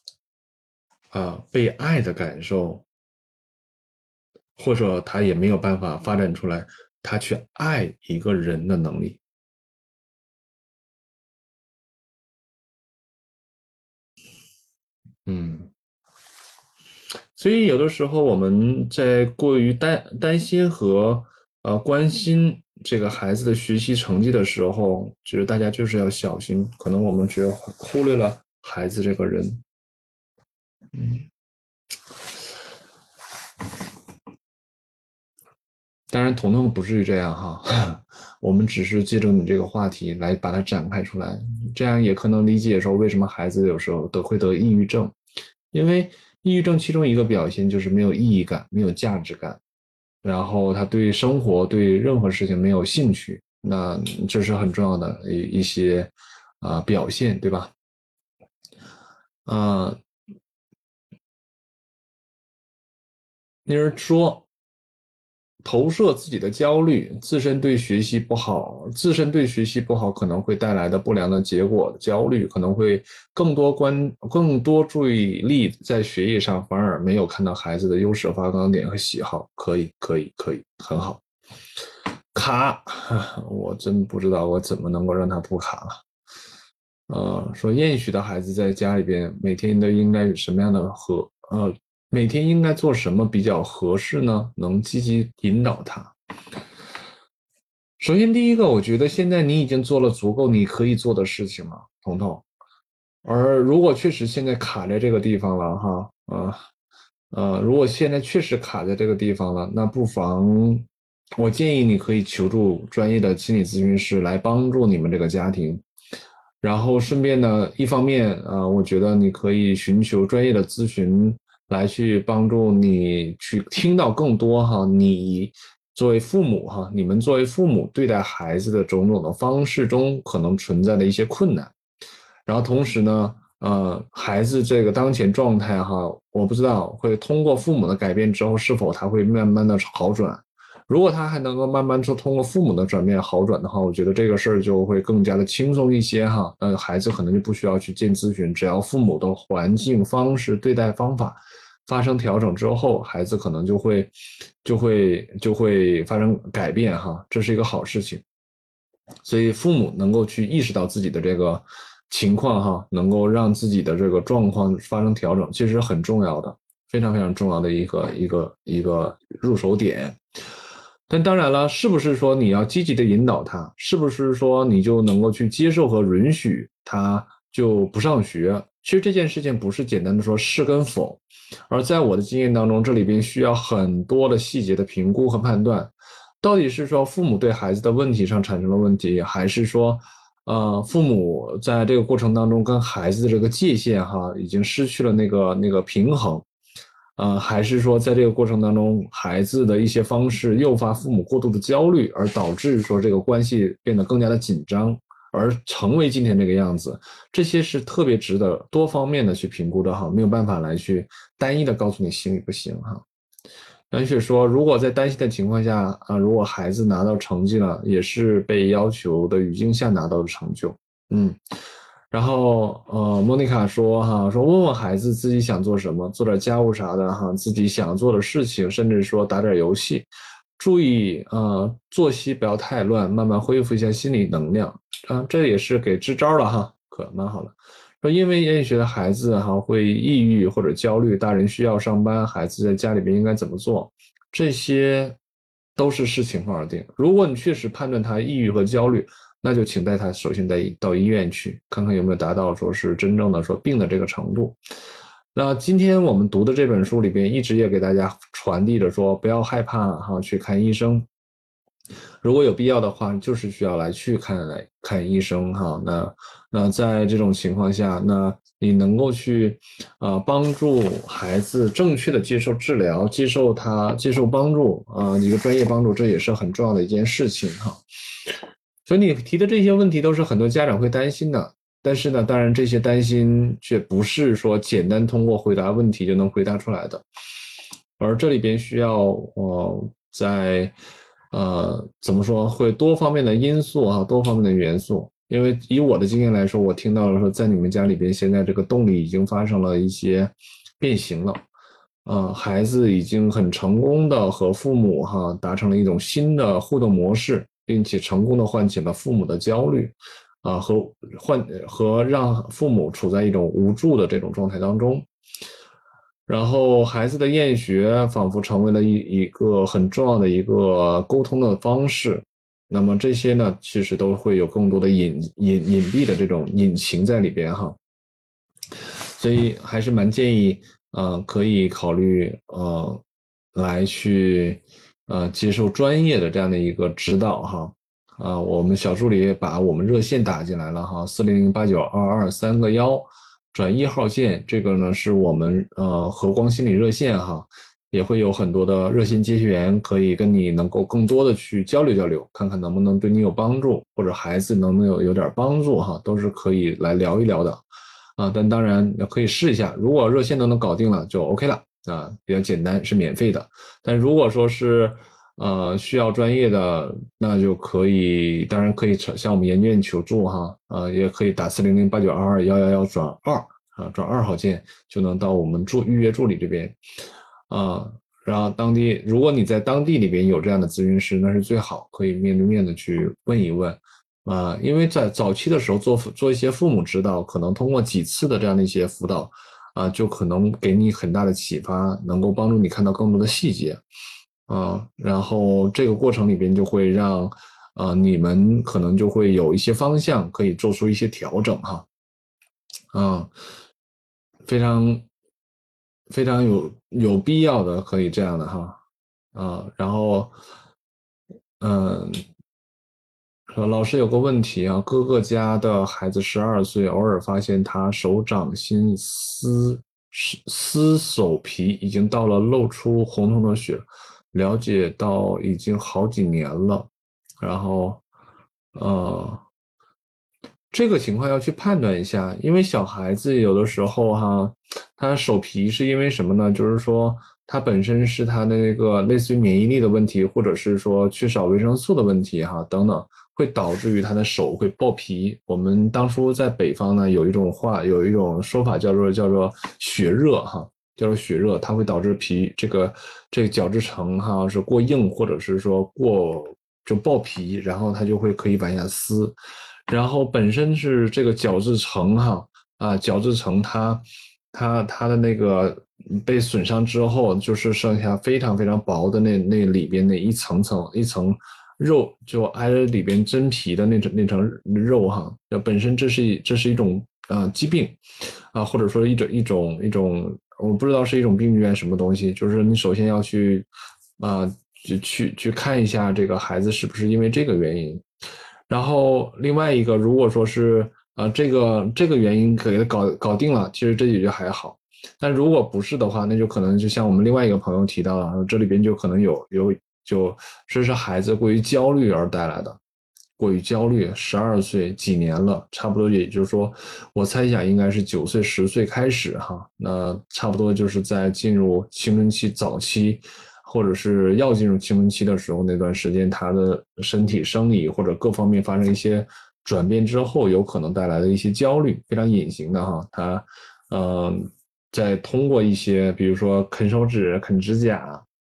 被爱的感受，或者他也没有办法发展出来他去爱一个人的能力。嗯，所以有的时候我们在过于担心和关心这个孩子的学习成绩的时候，就是大家就是要小心，可能我们只忽略了孩子这个人。嗯。当然，彤彤不至于这样哈，我们只是借助你这个话题来把它展开出来，这样也可能理解说为什么孩子有时候会得抑郁症，因为抑郁症其中一个表现就是没有意义感，没有价值感，然后他对生活对任何事情没有兴趣，那这是很重要的一些表现，对吧？啊、那人说投射自己的焦虑，自身对学习不好可能会带来的不良的结果，焦虑可能会更多注意力在学业上，反而没有看到孩子的优势、发光点和喜好。可以，很好。卡，我真不知道我怎么能够让他不卡了。说厌许的孩子在家里边每天都应该什么样的每天应该做什么比较合适呢？能积极引导他。首先，第一个，我觉得现在你已经做了足够你可以做的事情了，彤彤。而如果确实现在卡在这个地方了哈，如果现在确实卡在这个地方了，那不妨我建议你可以求助专业的心理咨询师来帮助你们这个家庭。然后顺便呢，一方面我觉得你可以寻求专业的咨询来去帮助你去听到更多哈，你作为父母哈，你们作为父母对待孩子的种种的方式中可能存在的一些困难。然后同时呢，孩子这个当前状态哈，我不知道会通过父母的改变之后，是否他会慢慢的好转。如果他还能够慢慢通过父母的转变好转的话，我觉得这个事儿就会更加的轻松一些哈。孩子可能就不需要去见咨询，只要父母的环境方式、对待方法发生调整之后，孩子可能就会发生改变哈，这是一个好事情。所以父母能够去意识到自己的这个情况哈，能够让自己的这个状况发生调整，其实很重要的，非常非常重要的一个入手点。但当然了，是不是说你要积极的引导他？是不是说你就能够去接受和允许他就不上学？其实这件事情不是简单的说是跟否，而在我的经验当中，这里边需要很多的细节的评估和判断。到底是说父母对孩子的问题上产生了问题，还是说，父母在这个过程当中跟孩子的这个界限哈，已经失去了那个平衡，还是说在这个过程当中，孩子的一些方式诱发父母过度的焦虑，而导致说这个关系变得更加的紧张，而成为今天这个样子，这些是特别值得多方面的去评估的哈，没有办法来去单一的告诉你行与不行哈。杨雪说，如果在担心的情况下如果孩子拿到成绩了，也是被要求的语境下拿到的成就。嗯，然后莫妮卡说说问问孩子自己想做什么，做点家务啥的哈，自己想做的事情，甚至说打点游戏， 注意作息不要太乱，慢慢恢复一下心理能量这也是给支招了哈，可蛮好的。说因为厌学的孩子会抑郁或者焦虑，大人需要上班，孩子在家里边应该怎么做？这些都是视情况而定。如果你确实判断他抑郁和焦虑，那就请带他首先到医院去看看有没有达到说是真正的说病的这个程度。那今天我们读的这本书里边，一直也给大家传递着说，不要害怕去看医生。如果有必要的话，就是需要来看医生那在这种情况下，那你能够去帮助孩子正确的接受治疗，接受帮助一个专业帮助，这也是很重要的一件事情所以你提的这些问题都是很多家长会担心的，但是呢，当然这些担心却不是说简单通过回答问题就能回答出来的，而这里边需要在怎么说会多方面的因素多方面的元素。因为以我的经验来说，我听到了说，在你们家里边现在这个动力已经发生了一些变形了。孩子已经很成功的和父母达成了一种新的互动模式，并且成功的唤起了父母的焦虑，和让父母处在一种无助的这种状态当中。然后孩子的厌学仿佛成为了一个很重要的一个沟通的方式。那么这些呢，其实都会有更多的隐蔽的这种隐情在里边所以还是蛮建议可以考虑来去接受专业的这样的一个指导我们小助理把我们热线打进来了40089223个1转1号线，这个呢是我们和光心理热线也会有很多的热心接线员可以跟你能够更多的去交流交流，看看能不能对你有帮助，或者孩子能不能有点帮助都是可以来聊一聊的但当然可以试一下，如果热线都能搞定了就 OK 了比较简单，是免费的。但如果说是需要专业的，那就可以，当然可以向我们研究院求助也可以打4008922111转2转2号键就能到我们预约助理这边然后如果你在当地里边有这样的咨询师，那是最好，可以面对面的去问一问因为在早期的时候做一些父母指导，可能通过几次的这样的一些辅导就可能给你很大的启发，能够帮助你看到更多的细节然后这个过程里边就会让你们可能就会有一些方向可以做出一些调整非常非常有必要的可以这样的然后说老师有个问题哥哥家的孩子12岁，偶尔发现他手掌心撕手皮已经到了露出红彤的血，了解到已经好几年了，然后这个情况要去判断一下，因为小孩子有的时候他手皮是因为什么呢？就是说他本身是他的那个类似于免疫力的问题，或者是说缺少维生素的问题等等，会导致于他的手会爆皮。我们当初在北方呢有一种说法叫做血热叫做血热，它会导致这个角质层是过硬，或者是说就爆皮，然后它就会可以往下撕。然后本身是这个角质层角质层它的那个被损伤之后，就是剩下非常非常薄的那里边那一层肉，就挨着里边真皮的那层肉本身这是一种疾病或者说一种我不知道是一种病菌什么东西，就是你首先要去去看一下这个孩子是不是因为这个原因。然后另外一个，如果说是这个原因给它搞定了，其实这也就还好。但如果不是的话，那就可能就像我们另外一个朋友提到了，这里边就可能这是孩子过于焦虑而带来的。过于焦虑，12岁几年了，差不多也就是说，我猜想应该是9岁10岁开始那差不多就是在进入青春期早期。或者是要进入青春期的时候，那段时间他的身体生理或者各方面发生一些转变之后，有可能带来的一些焦虑，非常隐形的他在通过一些比如说啃手指、啃指甲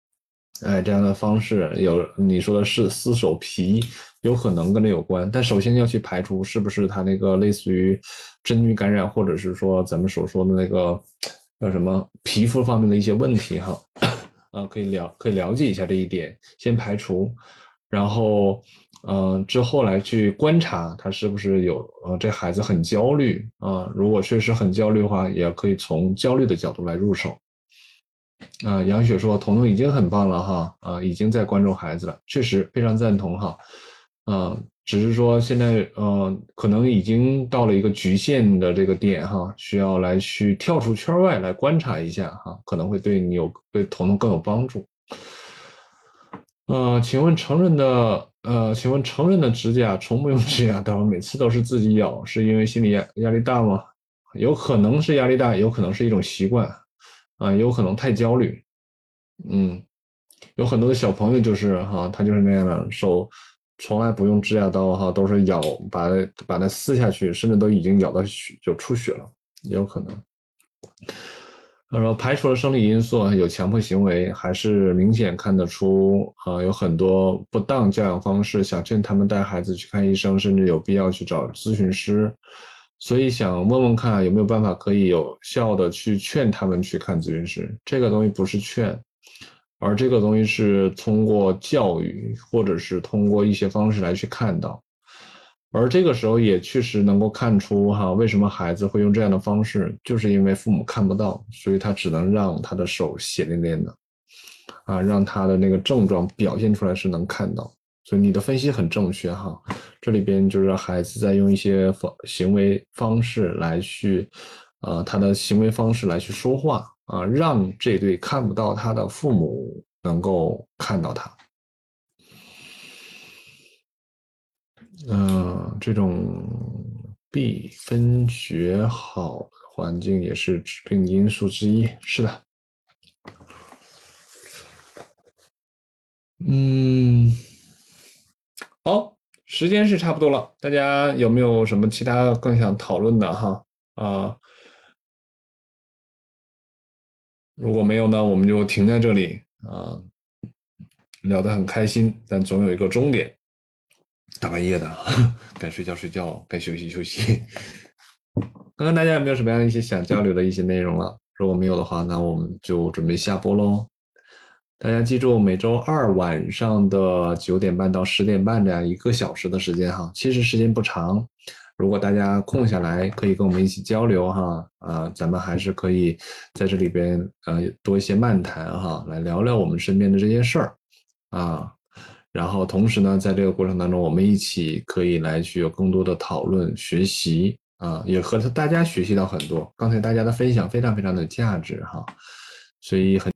哎，这样的方式有你说的是撕手皮，有可能跟这有关，但首先要去排除是不是它那个类似于真菌感染，或者是说咱们所说的那个叫什么皮肤方面的一些问题哈。可以了解一下这一点，先排除，然后之后来去观察他是不是有这孩子很焦虑啊，如果确实很焦虑的话，也可以从焦虑的角度来入手。杨雪说：“彤彤已经很棒了哈，已经在关注孩子了，确实非常赞同哈，只是说现在可能已经到了一个局限的这个点哈，需要来去跳出圈外来观察一下哈，可能会对彤彤更有帮助。请问成人的指甲从不用指甲刀，每次都是自己咬，是因为心理压力大吗？有可能是压力大，有可能是一种习惯，有可能太焦虑。嗯，有很多的小朋友就是哈，他就是那样的，手从来不用指甲刀哈，都是咬，把它撕下去，甚至都已经咬到血就出血了，也有可能。然后排除了生理因素，有强迫行为，还是明显看得出有很多不当教养方式，想劝他们带孩子去看医生，甚至有必要去找咨询师。所以想问问看有没有办法可以有效的去劝他们去看咨询师。这个东西不是劝，而这个东西是通过教育或者是通过一些方式来去看到。而这个时候也确实能够看出哈，为什么孩子会用这样的方式，就是因为父母看不到，所以他只能让他的手血淋淋的，让他的那个症状表现出来是能看到。所以你的分析很正确哈，这里边就是让孩子在用一些行为方式来去，他的行为方式来去说话让这对看不到他的父母能够看到他。这种必分学好的环境也是致病因素之一。是的，嗯，好，时间是差不多了，大家有没有什么其他更想讨论的哈？啊，如果没有呢，我们就停在这里聊得很开心，但总有一个终点。大半夜的，该睡觉睡觉，该休息休息。看看大家有没有什么样的一些想交流的一些内容了？如果没有的话，那我们就准备下播喽。大家记住，每周二晚上的9点半到10点半这样1个小时的时间哈，其实时间不长。如果大家空下来，可以跟我们一起交流哈，咱们还是可以在这里边多一些漫谈哈，来聊聊我们身边的这些事儿啊。然后同时呢，在这个过程当中，我们一起可以来去有更多的讨论、学习也和大家学习到很多。刚才大家的分享非常非常的有价值哈，所以很。